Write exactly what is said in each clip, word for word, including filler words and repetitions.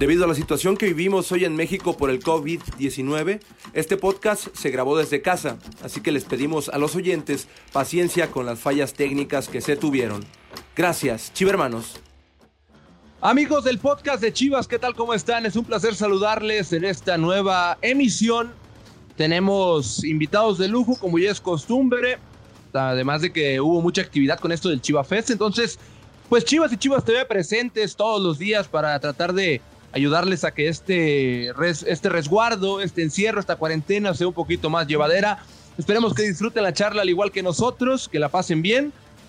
Debido a la situación que vivimos hoy en México por el covid diecinueve, este podcast se grabó desde casa, así que les pedimos a los oyentes paciencia con las fallas técnicas que se tuvieron. Gracias, Chivermanos. Amigos del podcast de Chivas, ¿qué tal? ¿Cómo están? Es un placer saludarles en esta nueva emisión. Tenemos invitados de lujo, como ya es costumbre, además de que hubo mucha actividad con esto del Chiva Fest. Entonces, pues Chivas y Chivas T V presentes todos los días para tratar de ayudarles a que este, res, este resguardo, este encierro, esta cuarentena sea un poquito más llevadera. Esperemos que disfruten la charla al igual que nosotros, que la pasen bien.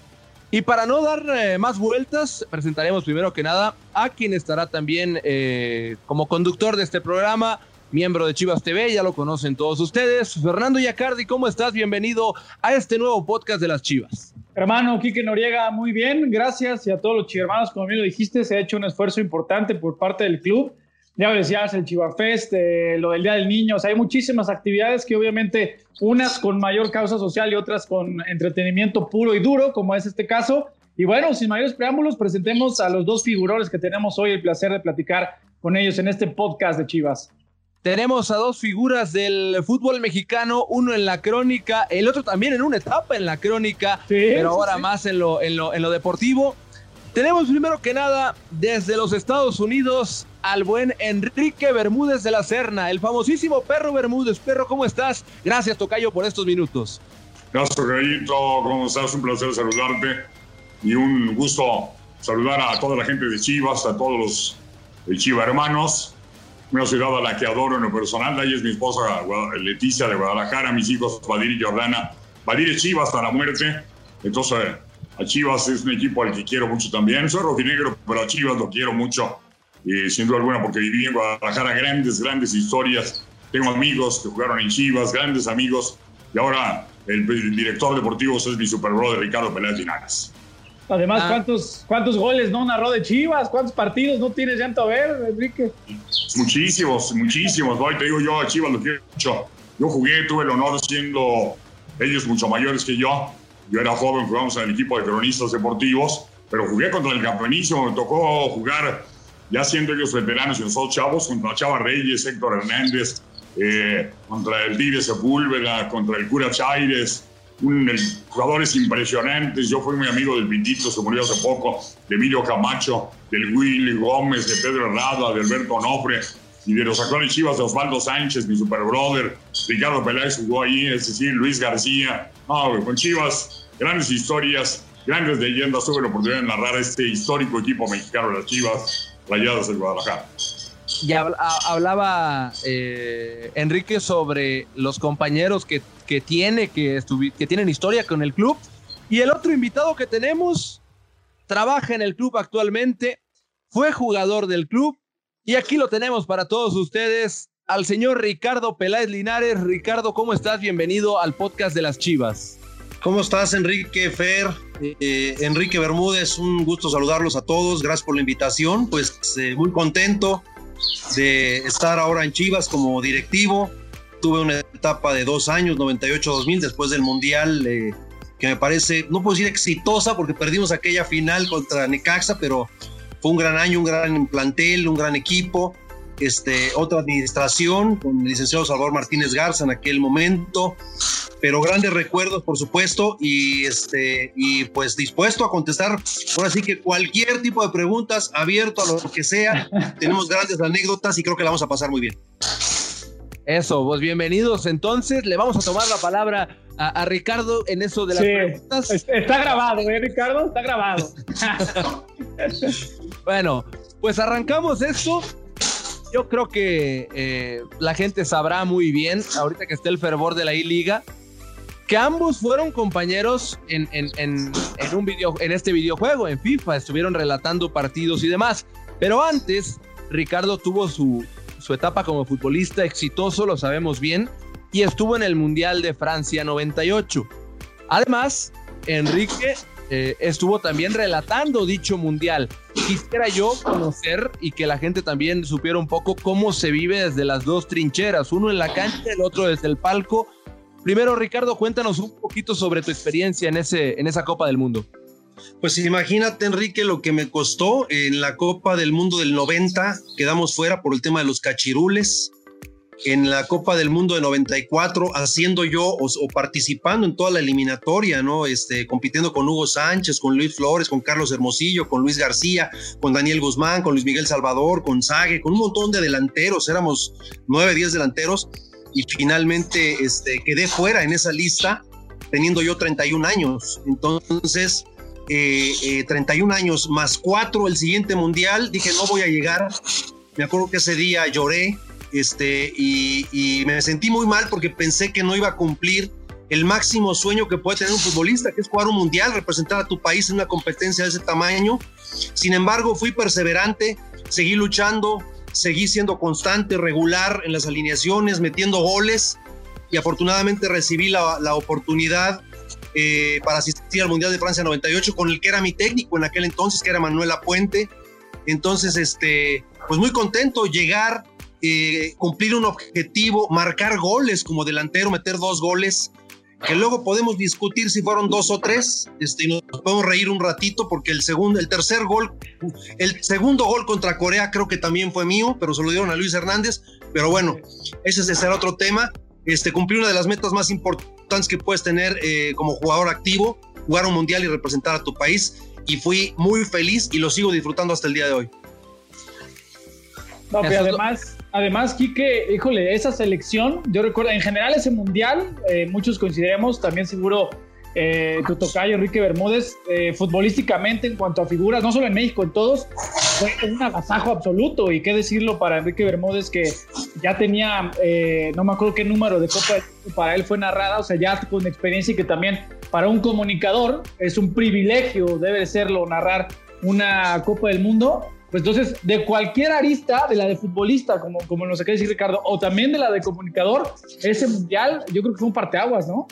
Y para no dar eh, más vueltas, presentaremos primero que nada a quien estará también eh, como conductor de este programa, miembro de Chivas T V, ya lo conocen todos ustedes. Fernando Yacardi, ¿cómo estás? Bienvenido a este nuevo podcast de las Chivas. Hermano Quique Noriega, muy bien, gracias. Y a todos los chivermanos, como bien lo dijiste, se ha hecho un esfuerzo importante por parte del club. Ya lo decías, el Chiva Fest, eh, lo del Día del Niño, o sea, hay muchísimas actividades que obviamente unas con mayor causa social y otras con entretenimiento puro y duro, como es este caso. Y bueno, sin mayores preámbulos, presentemos a los dos figurones que tenemos hoy el placer de platicar con ellos en este podcast de Chivas. Tenemos a dos figuras del fútbol mexicano, uno en la crónica, el otro también en una etapa en la crónica, sí, pero ahora sí, sí. más en lo, en, lo, en lo deportivo. Tenemos primero que nada desde los Estados Unidos al buen Enrique Bermúdez de la Serna, el famosísimo Perro Bermúdez. Perro, ¿cómo estás? Gracias, tocayo, por estos minutos. Gracias, tocayito, ¿cómo estás? Un placer saludarte y un gusto saludar a toda la gente de Chivas, a todos los de Chiva hermanos. Una ciudad a la que adoro en lo personal. Ahí es mi esposa Leticia de Guadalajara, mis hijos Vadir y Jordana. Vadir es Chivas hasta la muerte. Entonces, a Chivas es un equipo al que quiero mucho también. Soy rojinegro, pero a Chivas lo quiero mucho. Y sin duda alguna, porque viví en Guadalajara grandes, grandes historias. Tengo amigos que jugaron en Chivas, grandes amigos. Y ahora el, el director deportivo es mi superbrother Ricardo Peláez Linares. Además, ah. ¿cuántos, ¿cuántos goles no narró de Chivas? ¿Cuántos partidos no tienes llanto a ver, Enrique? Muchísimos, muchísimos. Hoy te digo yo, a Chivas lo quiero mucho. Yo jugué, tuve el honor siendo ellos mucho mayores que yo. Yo era joven, jugamos en el equipo de cronistas deportivos, pero jugué contra el campeonísimo. Me tocó jugar, ya siendo ellos veteranos y nosotros chavos, contra Chava Reyes, Héctor Hernández, eh, contra el Tigre Sepúlveda, contra el Cura Chaires. Un, el, jugadores impresionantes. Yo fui muy amigo del Pitito, se murió hace poco, de Emilio Camacho, del Willy Gómez, de Pedro Herrada, de Alberto Onofre y de los actuales Chivas, de Osvaldo Sánchez, mi superbrother. Ricardo Peláez jugó ahí, es decir, Luis García. No, con Chivas, grandes historias, grandes leyendas. Tuve la oportunidad de narrar este histórico equipo mexicano de las Chivas, Rayadas del Guadalajara. Ya hablaba eh, Enrique sobre los compañeros que, que tiene, que, estuvi- que tienen historia con el club. Y el otro invitado que tenemos trabaja en el club actualmente, fue jugador del club. Y aquí lo tenemos para todos ustedes, al señor Ricardo Peláez Linares. Ricardo, ¿cómo estás? Bienvenido al podcast de las Chivas. ¿Cómo estás, Enrique, Fer? Eh, Enrique Bermúdez, un gusto saludarlos a todos. Gracias por la invitación. Pues eh, muy contento de estar ahora en Chivas como directivo. Tuve una etapa de dos años, noventa y ocho dos mil, después del Mundial, eh, que me parece, no puedo decir exitosa, porque perdimos aquella final contra Necaxa, pero fue un gran año, un gran plantel, un gran equipo. Este, otra administración con el licenciado Salvador Martínez Garza en aquel momento, pero grandes recuerdos, por supuesto, y, este, y pues dispuesto a contestar ahora sí que cualquier tipo de preguntas, abierto a lo que sea. Tenemos grandes anécdotas y creo que la vamos a pasar muy bien. Eso, pues bienvenidos. Entonces le vamos a tomar la palabra a, a Ricardo en eso de las sí, preguntas. Está grabado, ¿eh, Ricardo? Está grabado. Bueno, pues arrancamos esto. Yo creo que eh, la gente sabrá muy bien, ahorita que está el fervor de la I-Liga, que ambos fueron compañeros en, en, en, en, un video, en este videojuego, en FIFA. Estuvieron relatando partidos y demás. Pero antes, Ricardo tuvo su, su etapa como futbolista exitoso, lo sabemos bien, y estuvo en el Mundial de Francia noventa y ocho. Además, Enrique eh, estuvo también relatando dicho Mundial. Quisiera yo conocer y que la gente también supiera un poco cómo se vive desde las dos trincheras, uno en la cancha, el otro desde el palco. Primero, Ricardo, cuéntanos un poquito sobre tu experiencia en, ese, en esa Copa del Mundo. Pues imagínate, Enrique, lo que me costó en la Copa del Mundo del noventa, quedamos fuera por el tema de los cachirules. En la Copa del Mundo de noventa y cuatro, haciendo yo o, o participando en toda la eliminatoria, ¿no? Este, compitiendo con Hugo Sánchez, con Luis Flores, con Carlos Hermosillo, con Luis García, con Daniel Guzmán, con Luis Miguel Salvador, con Sague, con un montón de delanteros, éramos nueve, diez delanteros, y finalmente este, quedé fuera en esa lista, teniendo yo treinta y un años. Entonces, eh, eh, treinta y un años más cuatro el siguiente mundial, dije, no voy a llegar. Me acuerdo que ese día lloré, Este, y, y me sentí muy mal porque pensé que no iba a cumplir el máximo sueño que puede tener un futbolista, que es jugar un mundial, representar a tu país en una competencia de ese tamaño. Sin embargo, fui perseverante, seguí luchando, seguí siendo constante, regular en las alineaciones, metiendo goles, y afortunadamente recibí la, la oportunidad eh, para asistir al Mundial de Francia noventa y ocho, con el que era mi técnico en aquel entonces, que era Manuel Lapuente. Entonces, este, pues muy contento, llegar, Eh, cumplir un objetivo, marcar goles como delantero, meter dos goles, que luego podemos discutir si fueron dos o tres, este, y nos podemos reír un ratito porque el segundo, el tercer gol, el segundo gol contra Corea creo que también fue mío, pero se lo dieron a Luis Hernández, pero bueno, ese será otro tema. Este, cumplir una de las metas más importantes que puedes tener eh, como jugador activo, jugar un mundial y representar a tu país, y fui muy feliz y lo sigo disfrutando hasta el día de hoy. No, pero además, además, Quique, híjole, esa selección, yo recuerdo, en general ese mundial, eh, muchos coincidimos, también seguro eh, tu tocayo Enrique Bermúdez, eh, futbolísticamente en cuanto a figuras, no solo en México, en todos, fue un agasajo absoluto, y qué decirlo para Enrique Bermúdez, que ya tenía, eh, no me acuerdo qué número de Copa para él fue narrada, o sea, ya con experiencia, y que también para un comunicador es un privilegio, debe serlo, narrar una Copa del Mundo. Pues entonces, de cualquier arista, de la de futbolista, como, como nos acaba de decir Ricardo, o también de la de comunicador, ese mundial, yo creo que fue un parteaguas, ¿no?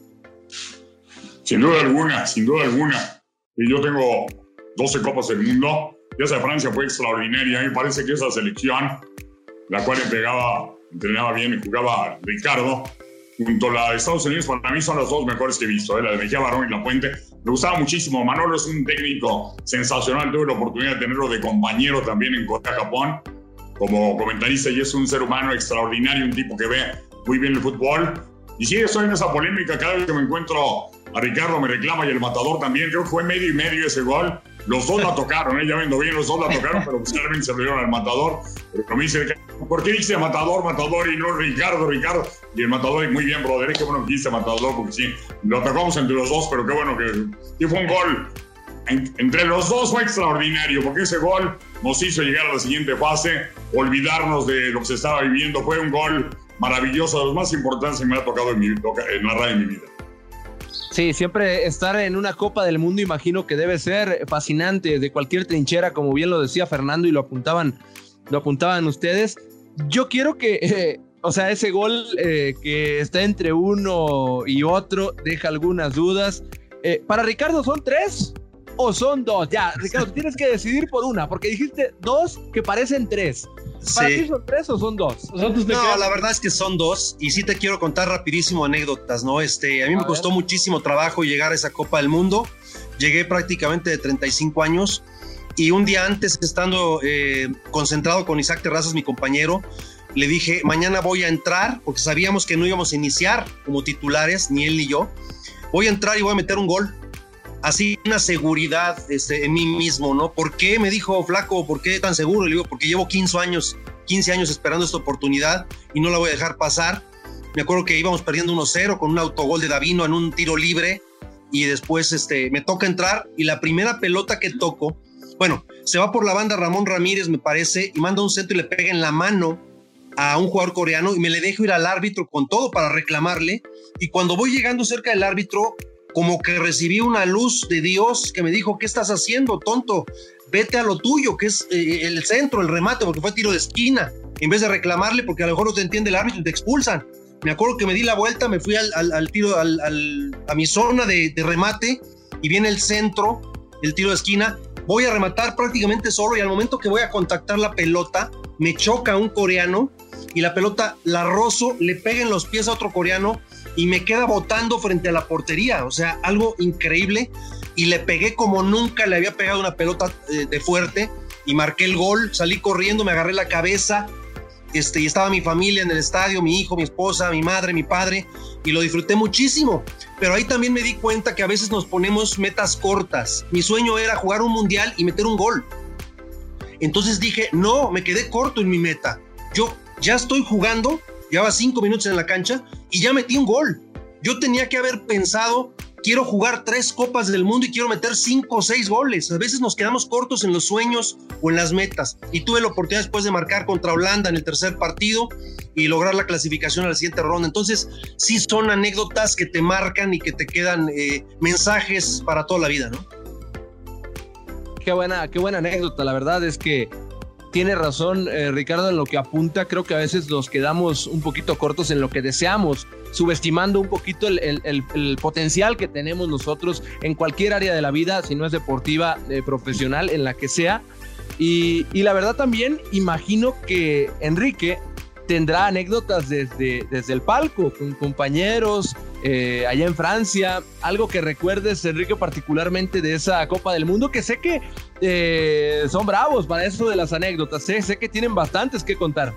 Sin duda alguna, sin duda alguna. Y yo tengo doce Copas del Mundo, y esa de Francia fue extraordinaria. A mí me parece que esa selección, la cual entregaba, entrenaba bien y jugaba Ricardo, junto a la de Estados Unidos, para mí son las dos mejores que he visto, ¿eh? La de Mejía Barón y Lapuente. Me gustaba muchísimo. Manolo es un técnico sensacional. Tuve la oportunidad de tenerlo de compañero también en Corea, Japón, como comentarista, y es un ser humano extraordinario, un tipo que ve muy bien el fútbol. Y sí, estoy en esa polémica. Cada vez que me encuentro a Ricardo me reclama, y el Matador también. Creo que fue medio y medio ese gol. Los dos la tocaron, ¿eh? Ya vendo bien, los dos la tocaron, pero finalmente se lo dieron al Matador. Pero me dice, ¿por qué dice Matador, Matador y no Ricardo, Ricardo? Y el Matador, muy bien, brother, qué bueno que dice Matador, porque sí, lo atacamos entre los dos, pero qué bueno que sí fue un gol. En, entre los dos fue extraordinario, porque ese gol nos hizo llegar a la siguiente fase, olvidarnos de lo que se estaba viviendo. Fue un gol maravilloso, de los más importantes que me ha tocado en, mi, en la radio de mi vida. Sí, siempre estar en una Copa del Mundo, imagino que debe ser fascinante, de cualquier trinchera, como bien lo decía Fernando y lo apuntaban, lo apuntaban ustedes. Yo quiero que, eh, o sea, ese gol eh, que está entre uno y otro deja algunas dudas. Eh, ¿Para Ricardo son tres o son dos? Ya, Ricardo, tienes que decidir por una, porque dijiste dos que parecen tres. ¿Para Sí. ti son tres o son dos? No, la verdad es que son dos, y sí te quiero contar rapidísimo anécdotas, ¿no? Este, a mí me A costó ver. muchísimo trabajo llegar a esa Copa del Mundo. Llegué prácticamente de treinta y cinco años, y un día antes, estando eh, concentrado con Isaac Terrazas, mi compañero, le dije, mañana voy a entrar, porque sabíamos que no íbamos a iniciar como titulares, ni él ni yo. Voy a entrar y voy a meter un gol. Así, una seguridad este, en mí mismo, ¿no? ¿Por qué? Me dijo, flaco, ¿por qué tan seguro? Le digo, porque llevo quince años, quince años esperando esta oportunidad y no la voy a dejar pasar. Me acuerdo que íbamos perdiendo uno cero con un autogol de Davino en un tiro libre, y después este, me toca entrar, y la primera pelota que toco, bueno, se va por la banda Ramón Ramírez, me parece, y manda un centro y le pega en la mano a un jugador coreano, y me le dejo ir al árbitro con todo para reclamarle. Y cuando voy llegando cerca del árbitro, como que recibí una luz de Dios que me dijo, ¿qué estás haciendo, tonto? Vete a lo tuyo, que es eh, el centro, el remate, porque fue tiro de esquina, en vez de reclamarle, porque a lo mejor no te entiende el árbitro y te expulsan. Me acuerdo que me di la vuelta, me fui al, al, al tiro, al, al, a mi zona de, de remate, y viene el centro, el tiro de esquina. Voy a rematar prácticamente solo, y al momento que voy a contactar la pelota, me choca un coreano, y la pelota la rozo, le pega en los pies a otro coreano, y me queda botando frente a la portería. O sea, algo increíble. y le pegué como nunca le había pegado una pelota eh, de fuerte y marqué el gol, salí corriendo, me agarré la cabeza, este, y estaba mi familia en el estadio, mi hijo, mi esposa, mi madre, mi padre, y lo disfruté muchísimo. Pero ahí también me di cuenta que a veces nos ponemos metas cortas. Mi sueño era jugar un mundial y meter un gol. Entonces dije, no, me quedé corto en mi meta. Yo ya estoy jugando, llevaba cinco minutos en la cancha y ya metí un gol. Yo tenía que haber pensado, quiero jugar tres copas del mundo y quiero meter cinco o seis goles. A veces nos quedamos cortos en los sueños o en las metas. Y tuve la oportunidad después de marcar contra Holanda en el tercer partido y lograr la clasificación a la siguiente ronda. Entonces, sí son anécdotas que te marcan y que te quedan eh, mensajes para toda la vida, ¿no? Qué buena, qué buena anécdota. La verdad es que tiene razón eh, Ricardo en lo que apunta. Creo que a veces nos quedamos un poquito cortos en lo que deseamos, subestimando un poquito el, el, el, el potencial que tenemos nosotros en cualquier área de la vida, si no es deportiva, eh, profesional, en la que sea. Y, y la verdad también imagino que Enrique tendrá anécdotas desde, desde el palco, con compañeros eh, allá en Francia. Algo que recuerdes, Enrique, particularmente de esa Copa del Mundo, que sé que eh, son bravos para eso de las anécdotas, sé, sé que tienen bastantes que contar.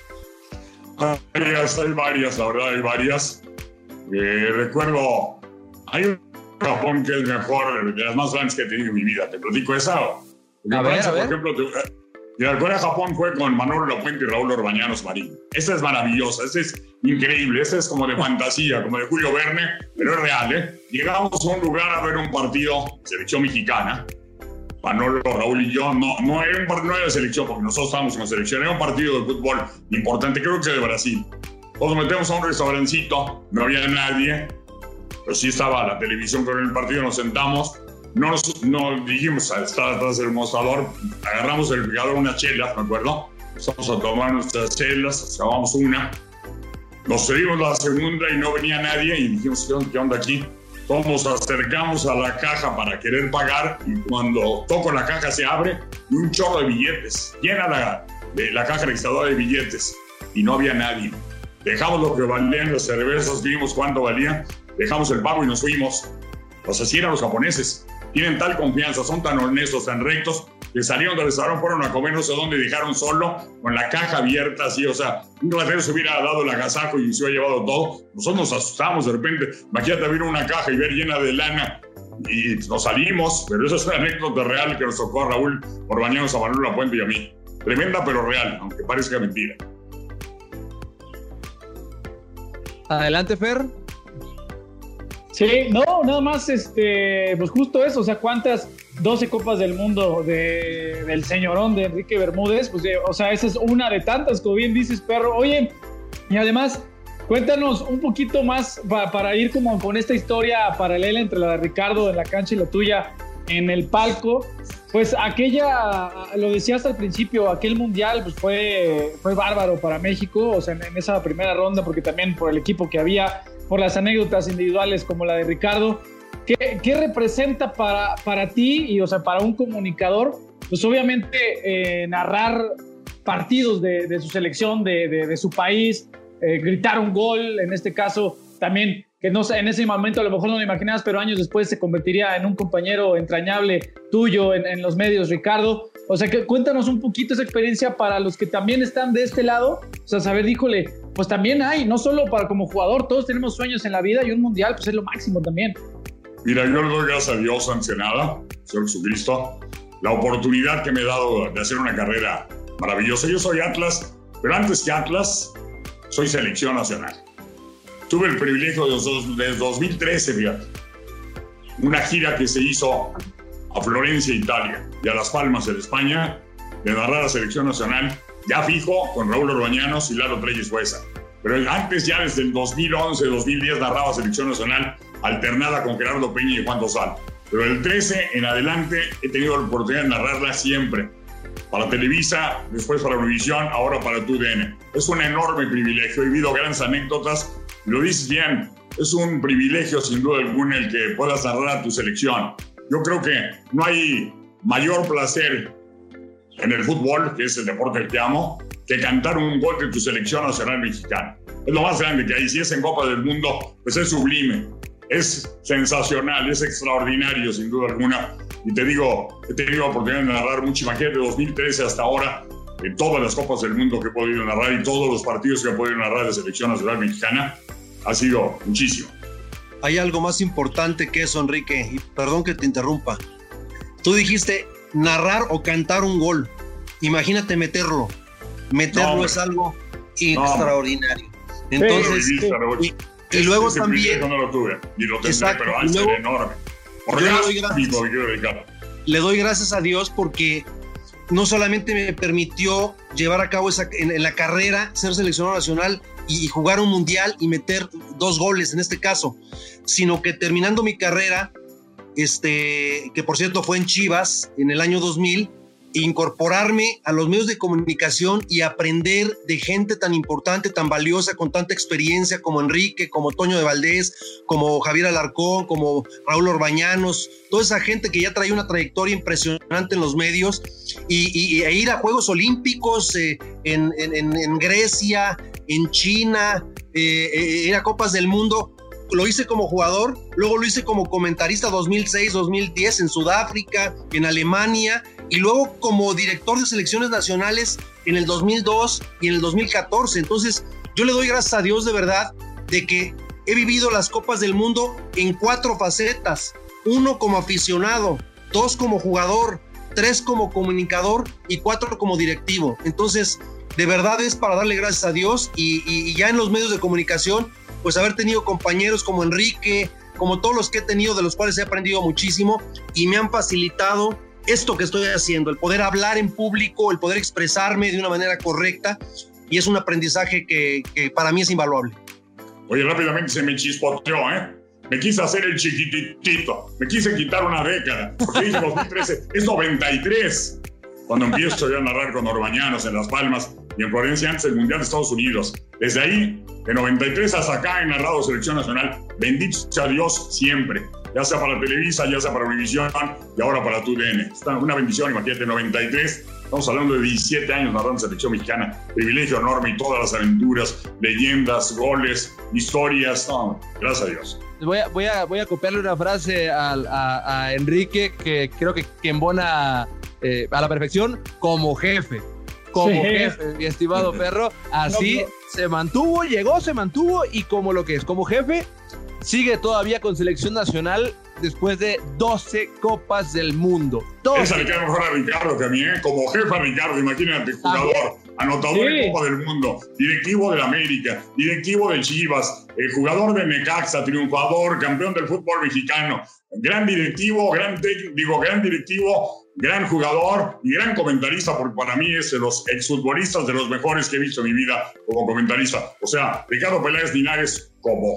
Varias, hay varias, la verdad, hay varias. Eh, recuerdo, hay un Japón que es mejor, de las más grandes que he tenido en mi vida. ¿Te platico esa? Porque A ver, Francia, a ver. por ejemplo, te, y la Corea Japón fue con Manolo Lapuente y Raúl Orbañanos Marín. Esa es maravillosa, esa es increíble, esa es como de fantasía, como de Julio Verne, pero es real, ¿eh? Llegamos a un lugar a ver un partido, selección mexicana, Manolo, Raúl y yo, no, no, era un partido, no era de selección, porque nosotros estábamos en la selección, era un partido de fútbol importante, creo que sea de Brasil. Nos metemos a un restaurancito, no había nadie, pero sí estaba la televisión con el partido, nos sentamos. No nos no dijimos a estar atrás del mostrador, agarramos el refrigerador unas chelas, me acuerdo, empezamos a tomar nuestras chelas, acabamos una, nos servimos la segunda y no venía nadie y dijimos, ¿qué onda, qué onda aquí? Todos nos acercamos a la caja para querer pagar y cuando toco la caja se abre y un chorro de billetes, llena la, de la caja registradora de billetes y no había nadie. Dejamos lo que valían las cervezas, vimos cuánto valía, dejamos el pago y nos fuimos. Pues así eran los japoneses. Tienen tal confianza, son tan honestos, tan rectos, que salieron del restaurante, fueron a comer no sé dónde, dejaron solo, con la caja abierta, así, o sea, un ratero se hubiera dado el agasajo y se hubiera llevado todo. Nosotros nos asustamos de repente, imagínate abrir una caja y ver llena de lana, y nos salimos, pero eso es una anécdota real que nos tocó a Raúl Orbañanos, a Manolo Lapuente y a mí. Tremenda pero real, aunque parezca mentira. Adelante, Fer. Sí, no, nada más, este, pues justo eso, o sea, cuántas doce Copas del Mundo de, del señorón de Enrique Bermúdez, pues, eh, o sea, esa es una de tantas, como bien dices, perro. Oye, y además, cuéntanos un poquito más pa, para ir como con esta historia paralela entre la de Ricardo en la cancha y la tuya en el palco. Pues aquella, lo decías al principio, aquel mundial pues fue, fue bárbaro para México, o sea, en, en esa primera ronda, porque también por el equipo que había, por las anécdotas individuales como la de Ricardo. ¿Qué, qué representa para, para ti y, o sea, para un comunicador? Pues obviamente eh, narrar partidos de, de su selección, de, de, de su país, eh, gritar un gol, en este caso también, que no sé, en ese momento a lo mejor no lo imaginabas, pero años después se convertiría en un compañero entrañable tuyo en, en los medios, Ricardo. O sea, que cuéntanos un poquito esa experiencia para los que también están de este lado, o sea, saber, híjole, pues también hay, no solo para como jugador, todos tenemos sueños en la vida y un mundial pues es lo máximo también. Mira, yo le doy gracias a Dios, sancionada, Señor Jesucristo, la oportunidad que me ha dado de hacer una carrera maravillosa. Yo soy Atlas, pero antes que Atlas, soy selección nacional. Tuve el privilegio desde dos mil trece, fíjate, una gira que se hizo a Florencia, Italia, y a Las Palmas, en España, de narrar a selección nacional, ya fijo, con Raúl Orbañanos y Lalo Treyes Huesa. Pero antes, ya desde el dos mil once, dos mil diez, narraba selección nacional, alternada con Gerardo Peña y Juan Dosal. Pero el trece en adelante he tenido la oportunidad de narrarla siempre. Para Televisa, después para Univisión, ahora para T U D N. Es un enorme privilegio, he vivido grandes anécdotas. Lo dices bien, es un privilegio sin duda alguna el que puedas narrar a tu selección. Yo creo que no hay mayor placer en el fútbol, que es el deporte que amo, que cantar un gol de tu selección nacional mexicana. Es lo más grande que hay. Si es en Copa del Mundo, pues es sublime. es sensacional, es extraordinario sin duda alguna. Y te digo, he tenido la oportunidad de narrar mucho, imagínate, de dos mil trece hasta ahora, en todas las Copas del Mundo que he podido narrar y todos los partidos que he podido narrar de Selección Nacional Mexicana, ha sido muchísimo. Hay algo más importante que eso, Enrique, y perdón que te interrumpa. Tú dijiste narrar o cantar un gol. Imagínate meterlo. Meterlo no, es algo no, extraordinario. Entonces, sí, sí. y, y luego este también... No lo tuve, ni lo tendré, exacto, pero al ser enorme. Por le, doy gracias, le doy gracias a Dios porque no solamente me permitió llevar a cabo esa, en, en la carrera, ser seleccionado nacional y, y jugar un mundial y meter dos goles en este caso, sino que terminando mi carrera, este, que por cierto fue en Chivas en el año dos mil, incorporarme a los medios de comunicación y aprender de gente tan importante, tan valiosa, con tanta experiencia como Enrique, como Toño de Valdés, como Javier Alarcón, como Raúl Orbañanos, toda esa gente que ya trae una trayectoria impresionante en los medios y, y, e ir a Juegos Olímpicos eh, en, en, en Grecia, en China, eh, eh, ir a Copas del Mundo. Lo hice como jugador, luego lo hice como comentarista dos mil seis, dos mil diez en Sudáfrica, en Alemania, y luego como director de selecciones nacionales en el dos mil dos y en el dos mil catorce. Entonces, yo le doy gracias a Dios de verdad de que he vivido las Copas del Mundo en cuatro facetas. Uno como aficionado, dos como jugador, tres como comunicador y cuatro como directivo. Entonces, de verdad es para darle gracias a Dios y, y, y ya en los medios de comunicación, pues haber tenido compañeros como Enrique, como todos los que he tenido, de los cuales he aprendido muchísimo y me han facilitado esto que estoy haciendo, el poder hablar en público, el poder expresarme de una manera correcta, y es un aprendizaje que, que para mí es invaluable. Oye, rápidamente se me chispoteó, ¿eh? Me quise hacer el chiquitito, me quise quitar una década, porque dije dos mil trece, es noventa y tres, cuando empiezo yo a narrar con Orbañanos en Las Palmas y en Florencia antes del Mundial de Estados Unidos. Desde ahí, de noventa y tres hasta acá, he narrado Selección Nacional, bendito sea Dios siempre, ya sea para Televisa, ya sea para Univisión y ahora para T U D N. Está una bendición, imagínate, noventa y tres, estamos hablando de diecisiete años narrando Selección Mexicana, privilegio enorme y todas las aventuras, leyendas, goles, historias, no, gracias a Dios. Voy a, voy a, voy a copiarle una frase a, a, a Enrique que creo que, que embona eh, a la perfección: como jefe. Como sí. jefe, mi estimado Ferro, así no, no. se mantuvo, llegó, se mantuvo y como lo que es, como jefe, sigue todavía con selección nacional después de doce Copas del Mundo. doce. Esa le queda mejor a Ricardo que a mí, ¿eh? Como jefe a Ricardo, imagínate, jugador, ¿también? Anotador sí. de Copa del Mundo, directivo del América, directivo de Chivas, el jugador de Necaxa, triunfador, campeón del fútbol mexicano, gran directivo, gran técnico, digo, gran directivo, gran jugador y gran comentarista, porque para mí es de los exfutbolistas de los mejores que he visto en mi vida como comentarista. O sea, Ricardo Peláez Linares como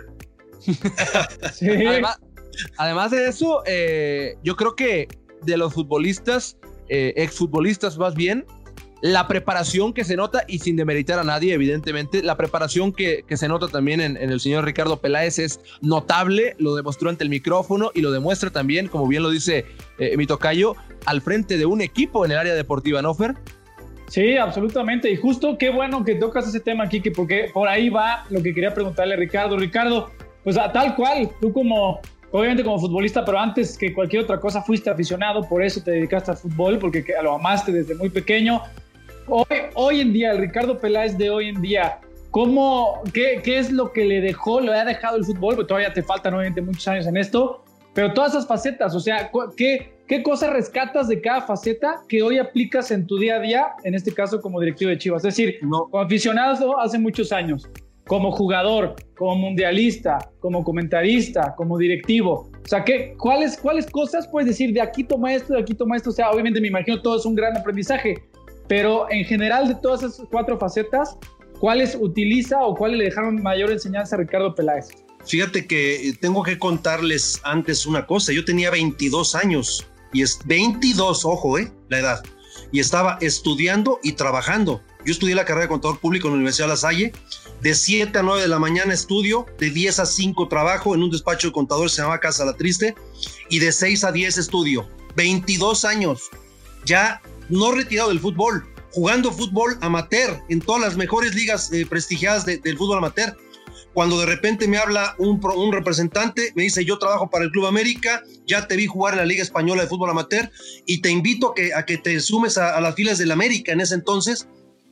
jefe. Sí. Además, además de eso, eh, yo creo que de los futbolistas, eh, exfutbolistas más bien, la preparación que se nota, y sin demeritar a nadie, evidentemente, la preparación que, que se nota también en, en el señor Ricardo Peláez es notable, lo demostró ante el micrófono y lo demuestra también, como bien lo dice eh, mi tocayo, al frente de un equipo en el área deportiva, ¿no, Fer? Sí, absolutamente, y justo qué bueno que tocas ese tema, Kike, porque por ahí va lo que quería preguntarle a Ricardo. Ricardo, pues a tal cual, tú como, obviamente como futbolista, pero antes que cualquier otra cosa fuiste aficionado, por eso te dedicaste al fútbol, porque lo amaste desde muy pequeño. Hoy, hoy en día, el Ricardo Peláez de hoy en día, ¿cómo, qué, ¿qué es lo que le dejó, le ha dejado el fútbol? Porque todavía te faltan obviamente muchos años en esto, pero todas esas facetas, o sea, ¿qué, qué cosas rescatas de cada faceta que hoy aplicas en tu día a día, en este caso como directivo de Chivas? Es decir, no. como aficionado hace muchos años, como jugador, como mundialista, como comentarista, como directivo, o sea, ¿qué, cuáles, ¿cuáles cosas puedes decir de aquí toma esto, de aquí toma esto? O sea, obviamente me imagino todo es un gran aprendizaje, pero en general de todas esas cuatro facetas, ¿cuáles utiliza o cuáles le dejaron mayor enseñanza a Ricardo Peláez? Fíjate que tengo que contarles antes una cosa. Yo tenía veintidós años, y es veintidós, ojo, eh, la edad, y estaba estudiando y trabajando. Yo estudié la carrera de contador público en la Universidad de La Salle. De siete a nueve de la mañana estudio, de diez a cinco trabajo en un despacho de contadores, se llamaba Casa La Triste, y de seis a diez estudio. veintidós años, ya no retirado del fútbol, jugando fútbol amateur en todas las mejores ligas eh, prestigiadas de, del fútbol amateur. cuando de repente me habla un, un representante, me dice, yo trabajo para el Club América, ya te vi jugar en la Liga Española de Fútbol Amateur y te invito a que, a que te sumes a, a las filas del América. En ese entonces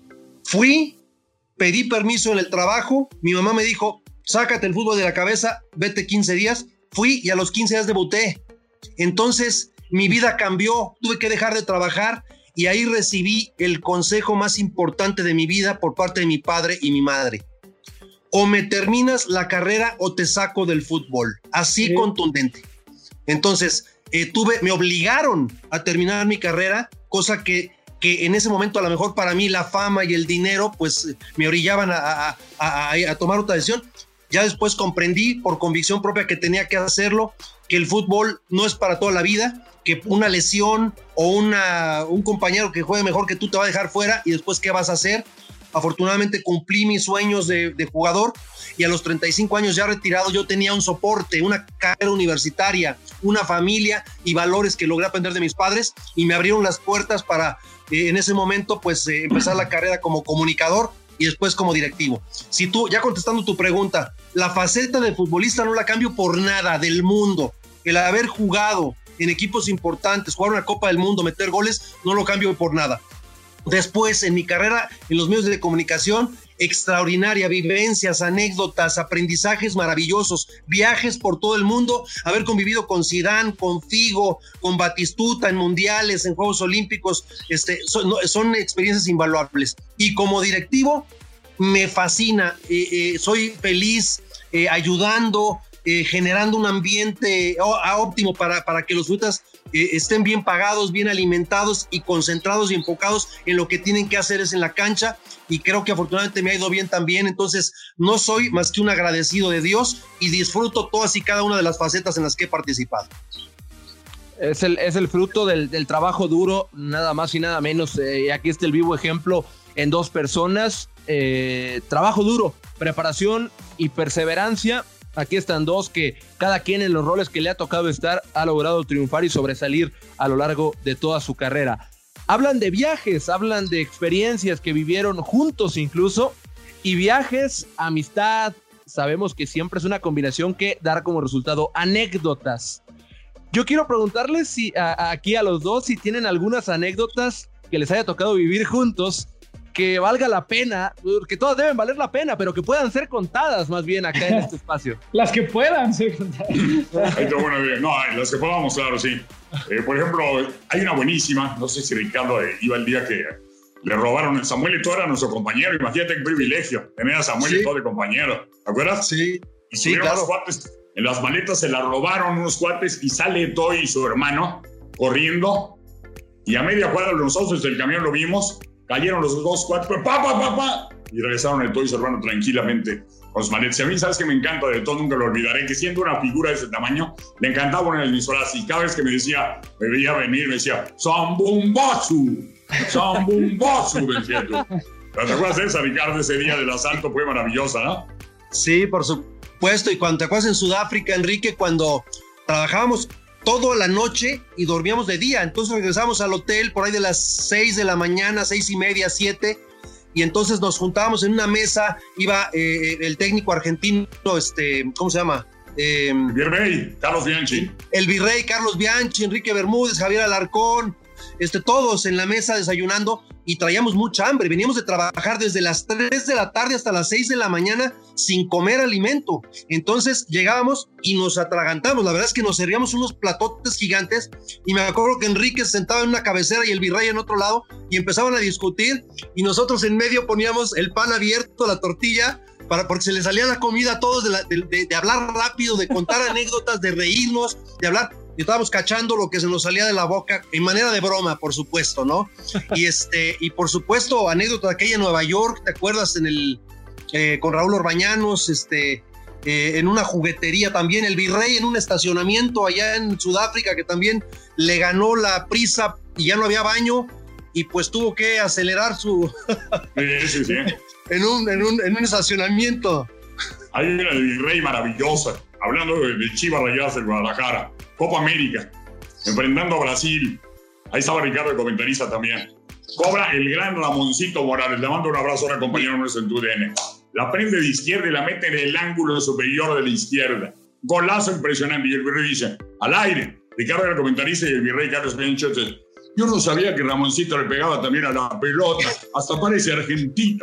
fui, pedí permiso en el trabajo, mi mamá me dijo, sácate el fútbol de la cabeza, vete quince días, fui y a los quince días debuté. Entonces mi vida cambió, tuve que dejar de trabajar y ahí recibí el consejo más importante de mi vida por parte de mi padre y mi madre. O me terminas la carrera o te saco del fútbol, así sí. Contundente. Entonces eh, tuve, me obligaron a terminar mi carrera, cosa que, que en ese momento a lo mejor para mí la fama y el dinero pues me orillaban a, a, a, a, a tomar otra decisión. Ya después comprendí por convicción propia que tenía que hacerlo, que el fútbol no es para toda la vida, que una lesión o una, un compañero que juegue mejor que tú te va a dejar fuera y después ¿qué vas a hacer? Afortunadamente cumplí mis sueños de, de jugador y a los treinta y cinco años ya retirado yo tenía un soporte, una carrera universitaria, una familia y valores que logré aprender de mis padres y me abrieron las puertas para eh, en ese momento pues eh, empezar la carrera como comunicador y después como directivo. Si tú, ya contestando tu pregunta, la faceta de futbolista no la cambio por nada del mundo. El haber jugado en equipos importantes, jugar una Copa del Mundo, meter goles, no lo cambio por nada. Después, en mi carrera en los medios de comunicación, extraordinaria, vivencias, anécdotas, aprendizajes maravillosos, viajes por todo el mundo, haber convivido con Zidane, con Figo, con Batistuta en mundiales, en Juegos Olímpicos, este, son, son experiencias invaluables. Y como directivo, me fascina, eh, eh, soy feliz eh, ayudando, eh, generando un ambiente óptimo para, para que los futbolistas eh, estén bien pagados, bien alimentados y concentrados y enfocados en lo que tienen que hacer es en la cancha, y creo que afortunadamente me ha ido bien también. Entonces no soy más que un agradecido de Dios y disfruto todas y cada una de las facetas en las que he participado. Es el, es el fruto del, del trabajo duro, nada más y nada menos. Eh, aquí está el vivo ejemplo en dos personas. Eh, trabajo duro, preparación y perseverancia. Aquí están dos que cada quien en los roles que le ha tocado estar ha logrado triunfar y sobresalir a lo largo de toda su carrera. Hablan de viajes, hablan de experiencias que vivieron juntos incluso, y viajes, amistad, sabemos que siempre es una combinación que dará como resultado anécdotas. Yo quiero preguntarles si a, aquí a los dos si tienen algunas anécdotas que les haya tocado vivir juntos que valga la pena, que todas deben valer la pena, pero que puedan ser contadas más bien acá en este espacio. Las que puedan ser contadas. Ahí está, bueno, bien. No, las que podamos, claro, sí. Eh, por ejemplo, hay una buenísima, no sé si Ricardo eh, iba el día que le robaron a Samuel Eto'o, era nuestro compañero. Imagínate qué privilegio tener a Samuel Eto'o de compañero. ¿Te acuerdas? Sí, y sí, claro. Cuates, en las maletas se la robaron unos cuates y sale Eto'o y su hermano corriendo, y a media cuadra nosotros del camión lo vimos. Cayeron los dos cuates, pa, pa, pa, pa, y regresaron el Eto'o y su hermano tranquilamente con sus maletas. Y a mí, ¿sabes qué me encanta de Eto'o? Nunca lo olvidaré, que siendo una figura de ese tamaño, le encantaba poner el emisoras, y cada vez que me decía, me veía venir, me decía, ¡Zambumbasu! ¡Zambumbasu! Me decía tú. ¿Te acuerdas de esa, Ricardo? Ese día del asalto fue maravillosa, ¿no? Sí, por supuesto. Y cuando te acuerdas en Sudáfrica, Enrique, cuando trabajábamos toda la noche y dormíamos de día, entonces regresamos al hotel por ahí de las seis de la mañana, seis y media, siete, y entonces nos juntábamos en una mesa, iba eh, el técnico argentino, este, ¿cómo se llama? Eh, Virrey, Carlos Bianchi. El Virrey, Carlos Bianchi, Enrique Bermúdez, Javier Alarcón, este, todos en la mesa desayunando, y traíamos mucha hambre. Veníamos de trabajar desde las tres de la tarde hasta las seis de la mañana sin comer alimento. Entonces llegábamos y nos atragantamos. La verdad es que nos servíamos unos platotes gigantes, y me acuerdo que Enrique se sentaba en una cabecera y el Virrey en otro lado, y empezaban a discutir, y nosotros en medio poníamos el pan abierto, la tortilla, para, porque se les salía la comida a todos de, la, de, de, de hablar rápido, de contar anécdotas, de reírnos, de hablar. Y estábamos cachando lo que se nos salía de la boca en manera de broma, por supuesto, ¿no? Y este y por supuesto, anécdota de aquella en Nueva York, ¿te acuerdas? En el eh, con Raúl Orbañanos, este eh, en una juguetería también, el Virrey en un estacionamiento allá en Sudáfrica, que también le ganó la prisa y ya no había baño, y pues tuvo que acelerar su sí, sí, sí. en un en un en un estacionamiento. Hay una de Virrey maravillosa, hablando de, de Chivas Rayadas del Guadalajara, Copa América, enfrentando a Brasil. Ahí estaba Ricardo, el comentarista también. Cobra el gran Ramoncito Morales. Le mando un abrazo ahora, compañero nuestro en tu D N. la prende de izquierda y la mete en el ángulo superior de la izquierda. Golazo impresionante. Y el Virrey dice, al aire. Ricardo era el comentarista y el Virrey Carlos Bencho dice, yo no sabía que Ramoncito le pegaba también a la pelota. Hasta parece argentino.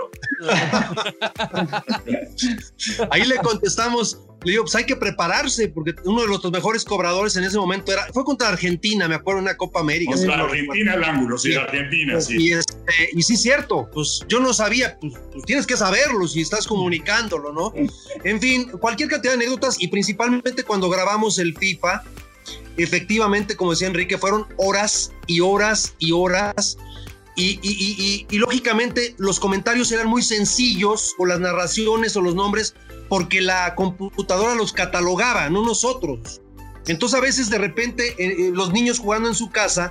Ahí le contestamos, le digo, pues hay que prepararse, porque uno de los mejores cobradores en ese momento era, fue contra Argentina, me acuerdo, en una Copa América. Contra sí, Argentina el ángulo, sí, sí. Argentina, sí. Y, este, y sí, cierto, pues yo no sabía, pues, pues tienes que saberlo si estás comunicándolo, ¿no? En fin, cualquier cantidad de anécdotas, y principalmente cuando grabamos el FIFA, efectivamente, como decía Enrique, fueron horas y horas y horas. Y, y, y, y, y lógicamente los comentarios eran muy sencillos, o las narraciones o los nombres, porque la computadora los catalogaba, no nosotros. Entonces a veces de repente eh, los niños jugando en su casa,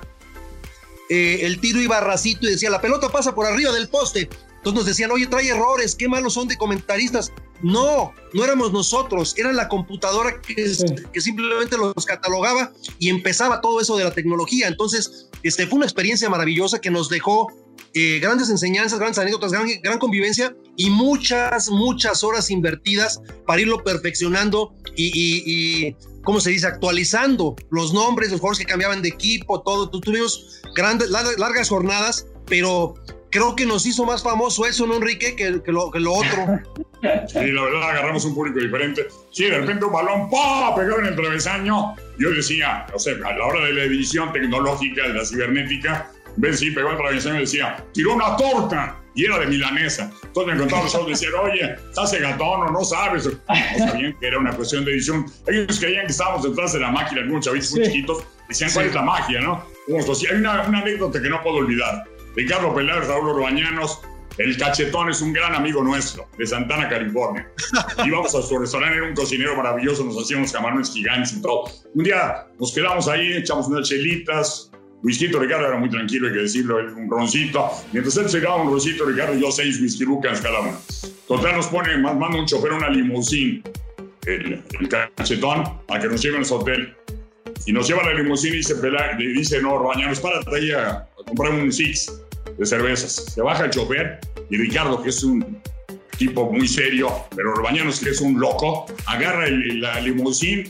eh, el tiro iba racito y decía, la pelota pasa por arriba del poste. Entonces nos decían, oye, trae errores, qué malos son de comentaristas. No, no éramos nosotros, era la computadora que, sí. que simplemente los catalogaba y empezaba todo eso de la tecnología. Entonces, este, fue una experiencia maravillosa que nos dejó eh, grandes enseñanzas, grandes anécdotas, gran, gran convivencia y muchas, muchas horas invertidas para irlo perfeccionando y, y, y ¿cómo se dice? Actualizando los nombres, los jugadores que cambiaban de equipo, todo. Tuvimos grandes, largas jornadas, pero creo que nos hizo más famoso eso, ¿no, Enrique? Que, que, lo, que lo otro. Sí, la verdad, agarramos un público diferente. Sí, de repente un balón, ¡pah!, pegado en el travesaño. Yo decía, o sea, a la hora de la edición tecnológica, de la cibernética, ves, sí, pegó el travesaño y decía, tiró una torta, y era de milanesa. Entonces me contaban los otros, decían, oye, estás gatón o no sabes. No sabían que era una cuestión de edición. Ellos creían que estábamos detrás de la máquina, algunos chavitos muy sí. chiquitos, decían, ¿cuál sí. es la magia, no? Pues, hay una, una anécdota que no puedo olvidar. Ricardo Peláez, Raúl Orbañanos, el Cachetón es un gran amigo nuestro, de Santana, California. Íbamos a su restaurante, era un cocinero maravilloso, nos hacíamos camarones gigantes y todo. Un día nos quedamos ahí, echamos unas chelitas, whisky, Ricardo era muy tranquilo, hay que decirlo, un roncito. Mientras él se daba un roncito, Ricardo y yo seis whisky lucas cada uno. Total nos pone, manda un chofer una limusín, el, el Cachetón, a que nos lleve a nuestro hotel. Y nos lleva a la limusín y dice, Peláez, le dice, no, Orbañanos, párate ahí a, a comprar un six de cervezas. Se baja el chofer y Ricardo, que es un tipo muy serio, pero Orbañanos, que es un loco, agarra el, la limusín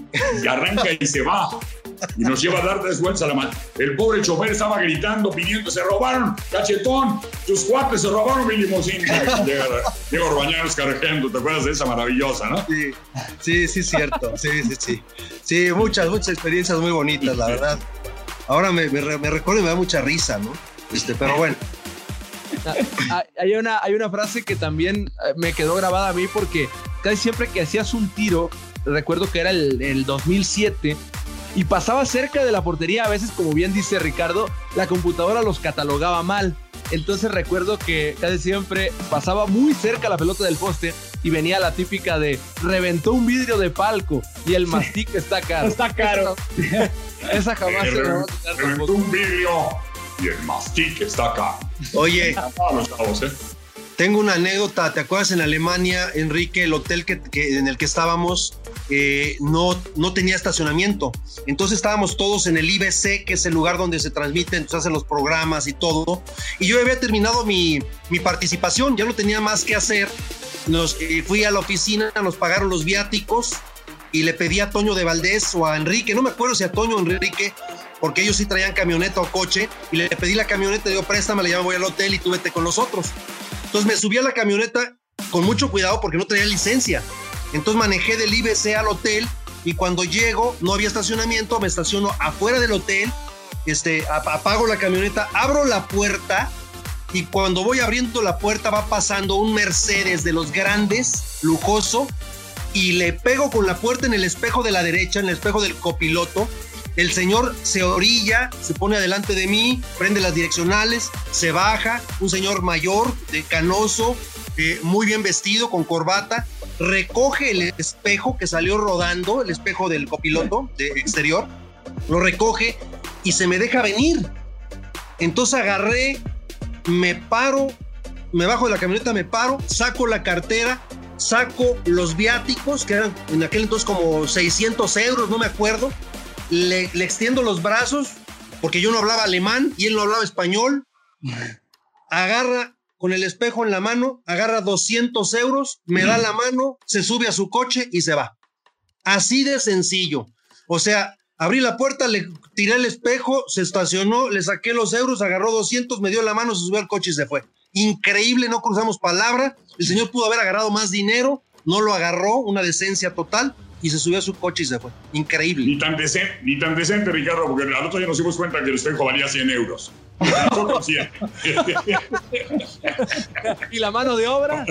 y arranca y se va. Y nos lleva a dar tres vueltas a la mano. El pobre chofer estaba gritando, pidiendo, se robaron, Cachetón, tus cuates se robaron mi limusín. Llega, llega Orbañanos cargando, ¿te acuerdas de esa maravillosa, no? Sí, sí, sí, cierto. Sí, sí, sí. Sí, muchas, muchas experiencias muy bonitas, la verdad. Ahora me, me, me recuerdo y me da mucha risa, ¿no? Este, pero bueno. Hay una, hay una frase que también me quedó grabada a mí porque casi siempre que hacías un tiro, recuerdo que era el, el dos mil siete, y pasaba cerca de la portería, a veces, como bien dice Ricardo, la computadora los catalogaba mal. Entonces recuerdo que casi siempre pasaba muy cerca la pelota del poste y venía la típica de reventó un vidrio de palco y el mastic está caro. Está caro. Esa, esa jamás eh, se me va a quitar. Reventó un vidrio y el mastic está acá. Oye, ah, los cabos, ¿eh? Tengo una anécdota. ¿Te acuerdas en Alemania, Enrique, el hotel que, que, en el que estábamos eh, no, no tenía estacionamiento? Entonces estábamos todos en el I B C, que es el lugar donde se transmiten, se hacen los programas y todo. Y yo había terminado mi, mi participación, ya no tenía más que hacer. Nos, eh, fui a la oficina, nos pagaron los viáticos y le pedí a Toño de Valdés o a Enrique, no me acuerdo si a Toño o Enrique, porque ellos sí traían camioneta o coche, y le pedí la camioneta, digo, préstame, ya me voy al hotel y tú vete con nosotros. Entonces me subí a la camioneta con mucho cuidado porque no traía licencia. Entonces manejé del I B C al hotel y cuando llego no había estacionamiento, me estaciono afuera del hotel, este, apago la camioneta, abro la puerta y cuando voy abriendo la puerta va pasando un Mercedes de los grandes, lujoso, y le pego con la puerta en el espejo de la derecha, en el espejo del copiloto. El señor se orilla, se pone adelante de mí, prende las direccionales, se baja, un señor mayor, de canoso, eh, muy bien vestido, con corbata, recoge el espejo que salió rodando, el espejo del copiloto de exterior, lo recoge y se me deja venir. Entonces agarré, me paro, me bajo de la camioneta, me paro, saco la cartera, saco los viáticos, que eran en aquel entonces como seiscientos euros, no me acuerdo. Le, le extiendo los brazos porque yo no hablaba alemán y él no hablaba español. Agarra con el espejo en la mano, agarra doscientos euros, me da la mano, se sube a su coche y se va. Así de sencillo. O sea, abrí la puerta, le tiré el espejo, se estacionó, le saqué los euros, agarró doscientos, me dio la mano, se subió al coche y se fue. Increíble, no cruzamos palabra. El señor pudo haber agarrado más dinero, no lo agarró, una decencia total, y se subió a su coche y se fue. Increíble. Ni tan decente, ni tan decente, Ricardo, porque al otro día nos dimos cuenta que el espejo valía cien euros. Nosotros cien. ¿Y la mano de obra?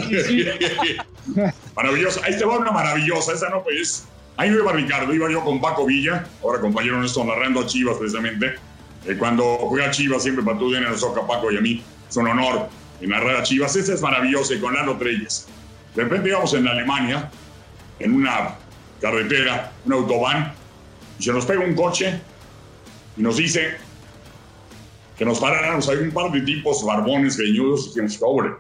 Maravillosa. Ahí te va una maravillosa. Esa no, pues. Ahí no iba Ricardo, iba yo con Paco Villa, ahora compañero nuestro, narrando a Chivas precisamente. Eh, cuando juega a Chivas, siempre para tú nos toca a Paco y a mí. Es un honor narrar a Chivas. Esa es maravillosa, y con Lalo Treyes. De repente íbamos en Alemania, en una carretera, un autobahn, y se nos pega un coche y nos dice que nos paráramos. Hay un par de tipos barbones, greñudos, y dijimos, pobre.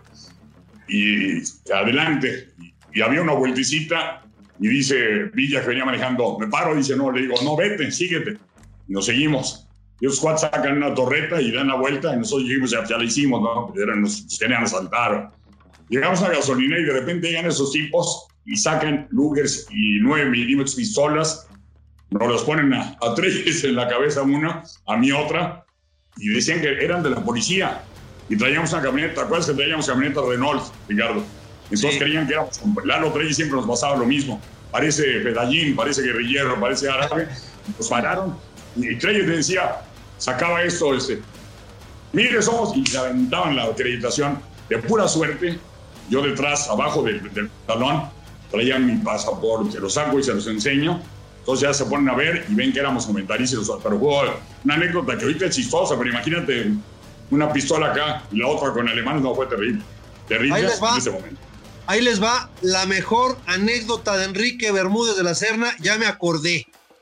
Y adelante. Y, y había una vueltecita, y dice Villa, que venía manejando, me paro, dice, no, le digo, no, vete, síguete. Y nos seguimos. Y los cuates sacan una torreta y dan la vuelta, y nosotros dijimos, ya, ya la hicimos, ¿no? Eran, nos, nos querían asaltar. Llegamos a la gasolinera y de repente llegan esos tipos y sacan Lugers y nueve milímetros pistolas, nos los ponen a, a tres en la cabeza una, a mí otra, y decían que eran de la policía. Y traíamos una camioneta, ¿te acuerdas que traíamos camioneta Renault, Ricardo? Entonces sí. Creían que éramos, Lalo Treyes siempre nos pasaba lo mismo. Parece pedallín, parece guerrillero, parece árabe. Nos pararon y Treyes decía, sacaba esto, este, mire, somos, y se aventaban la acreditación. De pura suerte, yo detrás, abajo del, del talón, traía mi pasaporte, se lo saco y se los enseño. Entonces ya se ponen a ver y ven que éramos comentaristas. Pero fue una anécdota que ahorita es chistosa, pero imagínate una pistola acá y la otra con alemanes. No, fue terrible. Terrible Ahí les va, en ese momento. Ahí les va la mejor anécdota de Enrique Bermúdez de la Serna. Ya me acordé.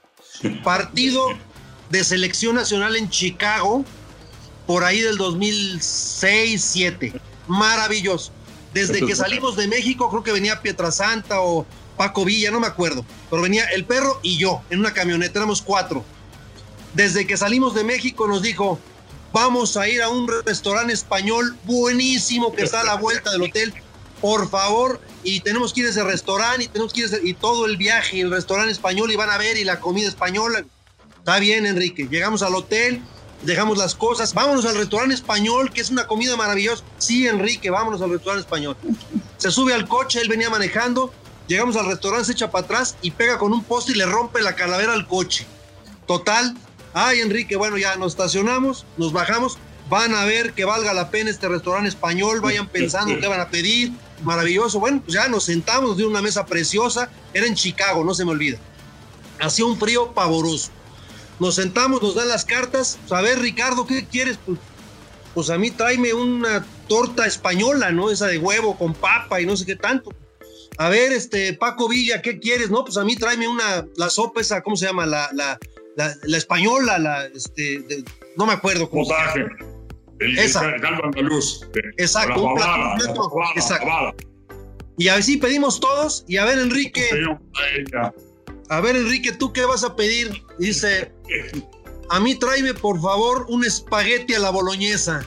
Partido de selección nacional en Chicago, por ahí del dos mil seis, siete. Maravilloso. Desde que salimos de México, creo que venía Pietrasanta o Paco Villa, no me acuerdo, pero venía el perro y yo en una camioneta, éramos cuatro. Desde que salimos de México nos dijo, vamos a ir a un restaurante español buenísimo que está a la vuelta del hotel, por favor, y tenemos que ir a ese restaurante y tenemos que ir a ese, y todo el viaje, el restaurante español, y van a ver, y la comida española. Está bien, Enrique, llegamos al hotel, dejamos las cosas, vámonos al restaurante español, que es una comida maravillosa. Sí, Enrique, vámonos al restaurante español. Se sube al coche, él venía manejando, llegamos al restaurante, se echa para atrás y pega con un poste y le rompe la calavera al coche. Total, ay, Enrique, bueno, ya nos estacionamos, nos bajamos, van a ver que valga la pena este restaurante español, vayan pensando qué van a pedir, maravilloso. Bueno, pues ya nos sentamos, nos dio una mesa preciosa, era en Chicago, no se me olvida. Hacía un frío pavoroso. Nos sentamos, nos dan las cartas. A ver, Ricardo, ¿qué quieres? Pues, pues a mí tráeme una torta española, ¿no? Esa de huevo con papa y no sé qué tanto. A ver, este, Paco Villa, ¿qué quieres? No, pues a mí tráeme una, la sopa esa, ¿cómo se llama? La, la, la, la española, la, este, de, no me acuerdo cómo Potaje. se llama. El, esa. el caldo andaluz. Exacto, la un plato fabada, completo. la fabada, Exacto. la fabada. Y a ver si pedimos todos, y a ver, Enrique, a ver, Enrique, ¿tú qué vas a pedir? Dice, a mí tráeme, por favor, un espagueti a la boloñesa.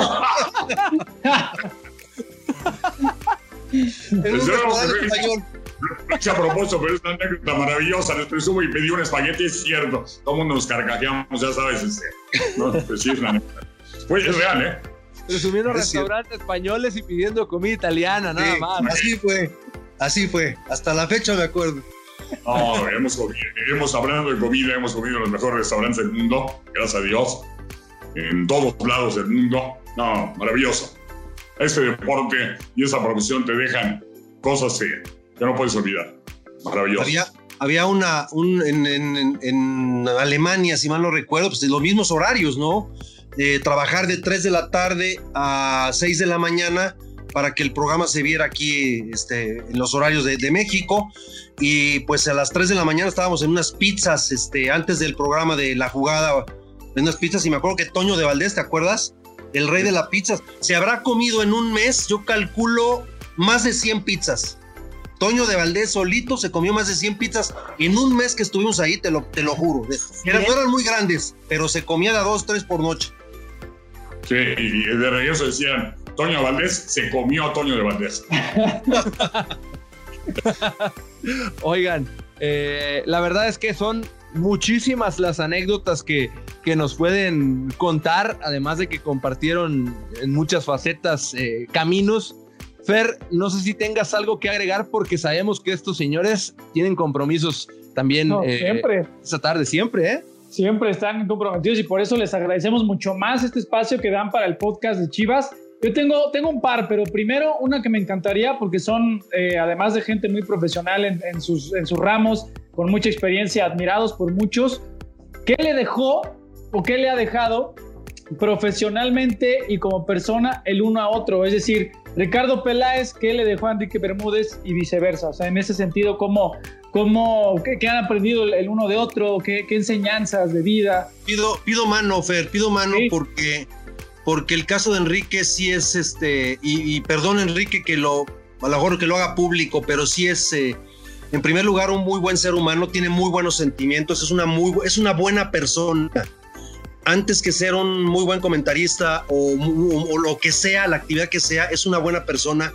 En un restaurante español. A propósito, pero es una anécdota maravillosa. Les presumo y pedí un espagueti, es cierto. Todo el mundo nos carcajeamos, ya sabes. Este, no, pues sí, es una anécdota. Pues es real, ¿eh? Presumiendo restaurantes españoles y pidiendo comida italiana, nada sí, más. Así fue, así fue. Hasta la fecha me acuerdo. No, hemos, comido, hemos hablando de comida, hemos comido en los mejores restaurantes del mundo, gracias a Dios, en todos lados del mundo. No, maravilloso. Este deporte y esa profesión te dejan cosas que, que no puedes olvidar. Maravilloso. Había, había una, un, en, en, en Alemania, si mal no recuerdo, pues los mismos horarios, ¿no? Eh, trabajar de tres de la tarde a seis de la mañana para que el programa se viera aquí este, en los horarios de, de México. Y pues a las tres de la mañana estábamos en unas pizzas este, antes del programa de la jugada, en unas pizzas, y me acuerdo que Toño de Valdés, ¿te acuerdas? El rey de la pizza. Se habrá comido en un mes, yo calculo, más de cien pizzas. Toño de Valdés solito se comió más de cien pizzas en un mes que estuvimos ahí, te lo, te lo juro. Eran, no eran muy grandes, pero se comía de a dos, tres por noche. Sí, y de regreso decían, Toño Valdés se comió a Toño de Valdés. Oigan, eh, la verdad es que son muchísimas las anécdotas que, que nos pueden contar, además de que compartieron en muchas facetas eh, caminos. Fer, no sé si tengas algo que agregar, porque sabemos que estos señores tienen compromisos también no, eh, siempre. esta tarde, siempre, ¿eh? Siempre están comprometidos y por eso les agradecemos mucho más este espacio que dan para el podcast de Chivas. Yo tengo, tengo un par, pero primero una que me encantaría, porque son, eh, además de gente muy profesional en, en, sus, en sus ramos, con mucha experiencia, admirados por muchos. ¿Qué le dejó o qué le ha dejado profesionalmente y como persona el uno a otro? Es decir, Ricardo Peláez, ¿qué le dejó a Enrique Bermúdez y viceversa? O sea, en ese sentido, ¿cómo, cómo, qué, qué han aprendido el uno de otro? ¿Qué, qué enseñanzas de vida? Pido, pido mano, Fer, pido mano sí. porque, porque el caso de Enrique sí es, este, y, y perdón Enrique que lo, a lo mejor que lo haga público, pero sí es, eh, en primer lugar, un muy buen ser humano, tiene muy buenos sentimientos, es una, muy, es una buena persona. Antes que ser un muy buen comentarista o, o, o lo que sea, la actividad que sea, es una buena persona.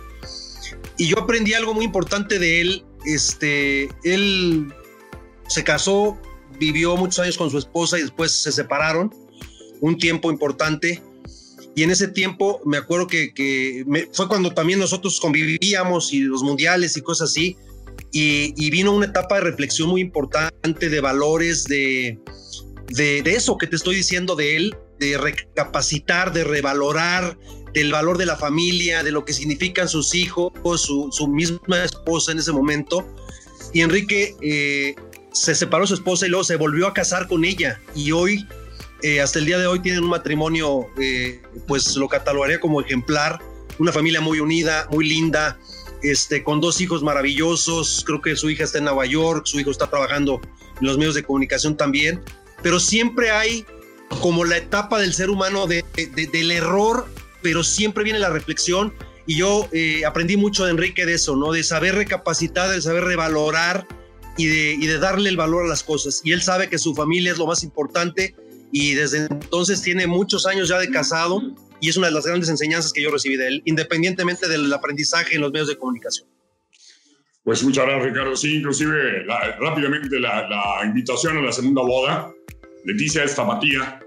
Y yo aprendí algo muy importante de él. Este, él se casó, vivió muchos años con su esposa y después se separaron, un tiempo importante. Y en ese tiempo me acuerdo que, que me, fue cuando también nosotros convivíamos y los mundiales y cosas así. Y, y vino una etapa de reflexión muy importante, de valores, de... De, de eso que te estoy diciendo de él, de recapacitar, de revalorar, del valor de la familia, de lo que significan sus hijos, su, su misma esposa en ese momento. Y Enrique eh, se separó de su esposa y luego se volvió a casar con ella. Y hoy, eh, hasta el día de hoy, tienen un matrimonio, eh, pues lo catalogaría como ejemplar, una familia muy unida, muy linda, este, con dos hijos maravillosos. Creo que su hija está en Nueva York, su hijo está trabajando en los medios de comunicación también. Pero siempre hay como la etapa del ser humano de, de, del error, pero siempre viene la reflexión. Y yo eh, aprendí mucho de Enrique de eso, ¿no? De saber recapacitar, de saber revalorar y de, y de darle el valor a las cosas. Y él sabe que su familia es lo más importante y desde entonces tiene muchos años ya de casado y es una de las grandes enseñanzas que yo recibí de él, independientemente del aprendizaje en los medios de comunicación. Pues muchas gracias, Ricardo. Sí, inclusive la, rápidamente la, la invitación a la segunda boda. Leticia es tapatía,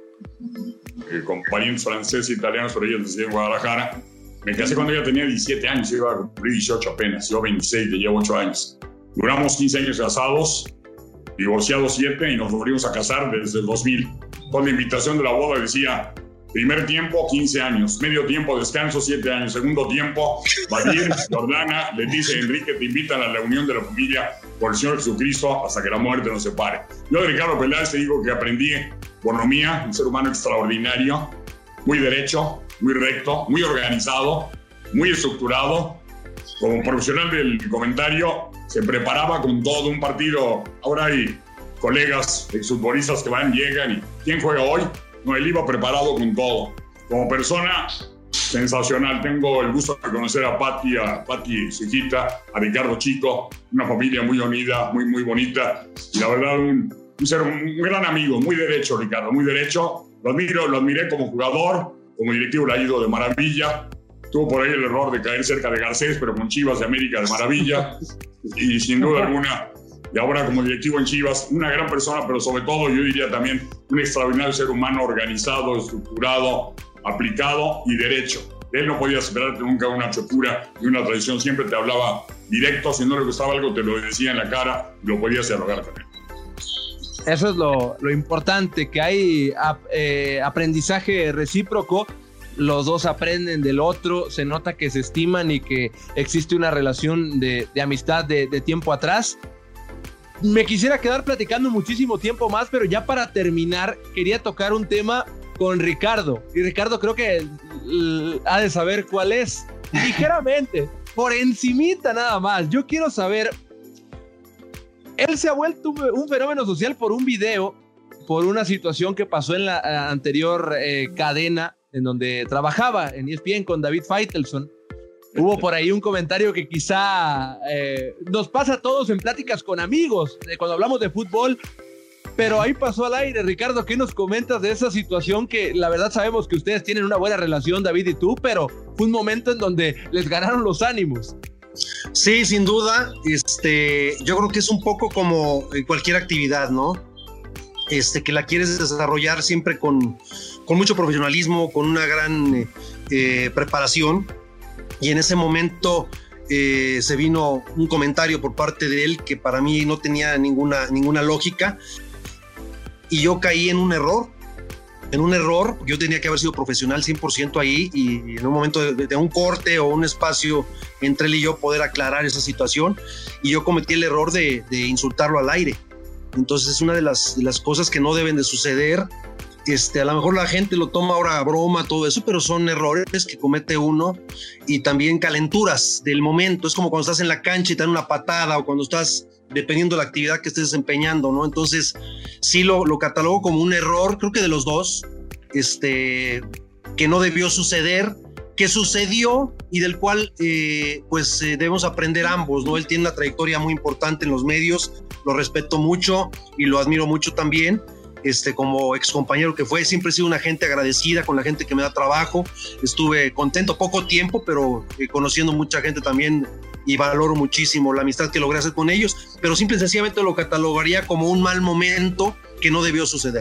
eh, con parientes franceses e italianos, pero ella nació en Guadalajara. Me casé cuando ella tenía diecisiete años, iba a cumplir dieciocho apenas, yo veintiséis, le llevo ocho años. Duramos quince años casados, divorciados siete y nos volvimos a casar desde el dos mil. Con la invitación de la boda decía, primer tiempo, quince años, medio tiempo, descanso, siete años, segundo tiempo, Badir, Jordana, Leticia y Enrique te invitan a la reunión de la familia por el Señor Jesucristo hasta que la muerte nos separe. Yo de Ricardo Peláez te digo que aprendí bonomía, un ser humano extraordinario, muy derecho, muy recto, muy organizado, muy estructurado. Como profesional del comentario, se preparaba con todo un partido. Ahora hay colegas exfutbolistas que van, llegan y ¿quién juega hoy? No, él iba preparado con todo. Como persona, sensacional. Tengo el gusto de conocer a Pati, a Pati, su hijita, a Ricardo Chico, una familia muy unida, muy, muy bonita. Y la verdad, un, un ser, un gran amigo, muy derecho, Ricardo, muy derecho. Lo admiro, lo admiré como jugador, como directivo le ha ido de maravilla. Tuvo por ahí el error de caer cerca de Garcés, pero con Chivas de América de maravilla. Y sin duda alguna, y ahora como directivo en Chivas, una gran persona, pero sobre todo yo diría también un extraordinario ser humano organizado, estructurado, aplicado y derecho. Él no podía esperarte nunca una chocura y una traición, siempre te hablaba directo, si no le gustaba algo te lo decía en la cara y lo podías dialogar con él. Eso es lo, lo importante, que hay eh, aprendizaje recíproco, los dos aprenden del otro, se nota que se estiman y que existe una relación de, de amistad de, de tiempo atrás. Me quisiera quedar platicando muchísimo tiempo más, pero ya para terminar quería tocar un tema con Ricardo. Y Ricardo creo que uh, ha de saber cuál es. Ligeramente, por encimita nada más. Yo quiero saber, él se ha vuelto un, un fenómeno social por un video, por una situación que pasó en la uh, anterior eh, cadena en donde trabajaba, en E S P N con David Faitelson. Hubo por ahí un comentario que quizá eh, nos pasa a todos en pláticas con amigos, de cuando hablamos de fútbol, pero ahí pasó al aire. Ricardo, ¿qué nos comentas de esa situación que la verdad sabemos que ustedes tienen una buena relación, David y tú, pero fue un momento en donde les ganaron los ánimos. Sí, sin duda. Este, yo creo que es un poco como en cualquier actividad, ¿no? Este, que la quieres desarrollar siempre con, con mucho profesionalismo, con una gran eh, preparación. Y en ese momento eh, se vino un comentario por parte de él que para mí no tenía ninguna, ninguna lógica. Y yo caí en un error. En un error, yo tenía que haber sido profesional cien por ciento ahí y en un momento de, de un corte o un espacio entre él y yo poder aclarar esa situación, y yo cometí el error de, de insultarlo al aire. Entonces es una de las, de las cosas que no deben de suceder. Este, a lo mejor la gente lo toma ahora a broma, todo eso, pero son errores que comete uno, y también calenturas del momento. Es como cuando estás en la cancha y te dan una patada, o cuando estás, dependiendo de la actividad que estés desempeñando, ¿no? Entonces sí lo, lo catalogo como un error, creo que de los dos, este, que no debió suceder, que sucedió y del cual eh, pues eh, debemos aprender ambos, ¿no? Él tiene una trayectoria muy importante en los medios, lo respeto mucho y lo admiro mucho también. Este, como ex compañero que fue, siempre he sido una gente agradecida con la gente que me da trabajo. Estuve contento poco tiempo, pero eh, conociendo mucha gente también, y valoro muchísimo la amistad que logré hacer con ellos, pero simple y sencillamente lo catalogaría como un mal momento que no debió suceder.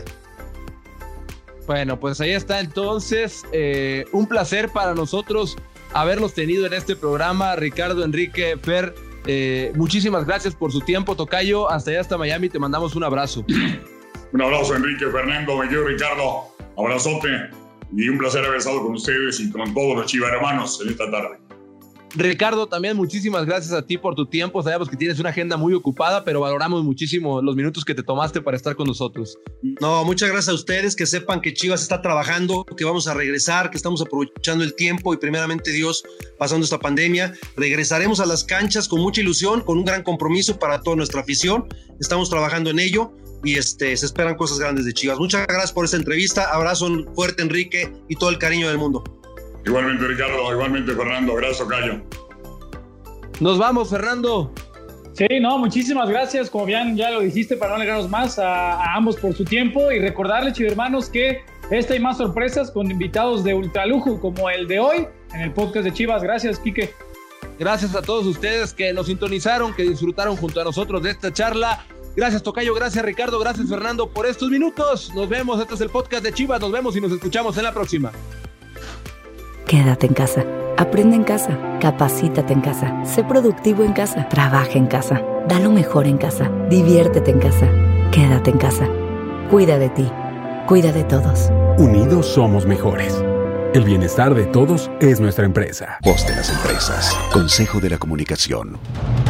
Bueno, pues ahí está entonces, eh, un placer para nosotros haberlos tenido en este programa. Ricardo, Enrique, Fer, eh, muchísimas gracias por su tiempo, tocayo. Hasta allá, hasta Miami, te mandamos un abrazo. Un abrazo, Enrique, Fernando, me quedo Ricardo, abrazote, y un placer haber estado con ustedes y con todos los Chivas hermanos en esta tarde. Ricardo, también muchísimas gracias a ti por tu tiempo. Sabemos que tienes una agenda muy ocupada, pero valoramos muchísimo los minutos que te tomaste para estar con nosotros. No, muchas gracias a ustedes, que sepan que Chivas está trabajando, que vamos a regresar, que estamos aprovechando el tiempo y primeramente Dios, pasando esta pandemia, regresaremos a las canchas con mucha ilusión, con un gran compromiso para toda nuestra afición. Estamos trabajando en ello y este, se esperan cosas grandes de Chivas. Muchas gracias por esta entrevista. Abrazo fuerte, Enrique, y todo el cariño del mundo. Igualmente, Ricardo, igualmente, Fernando. Gracias, tocayo. Nos vamos, Fernando. Sí, no, muchísimas gracias, como bien ya lo dijiste, para no alegrarnos más a, a ambos por su tiempo, y recordarles, chivermanos, que esta y más sorpresas con invitados de ultralujo como el de hoy en el podcast de Chivas. Gracias, Quique. Gracias a todos ustedes que nos sintonizaron, que disfrutaron junto a nosotros de esta charla. Gracias, tocayo, gracias, Ricardo, gracias, Fernando, por estos minutos. Nos vemos, este es el podcast de Chivas, nos vemos y nos escuchamos en la próxima. Quédate en casa, aprende en casa, capacítate en casa, sé productivo en casa, trabaja en casa, da lo mejor en casa, diviértete en casa, quédate en casa, cuida de ti, cuida de todos. Unidos somos mejores. El bienestar de todos es nuestra empresa. Voz de las empresas. Consejo de la Comunicación.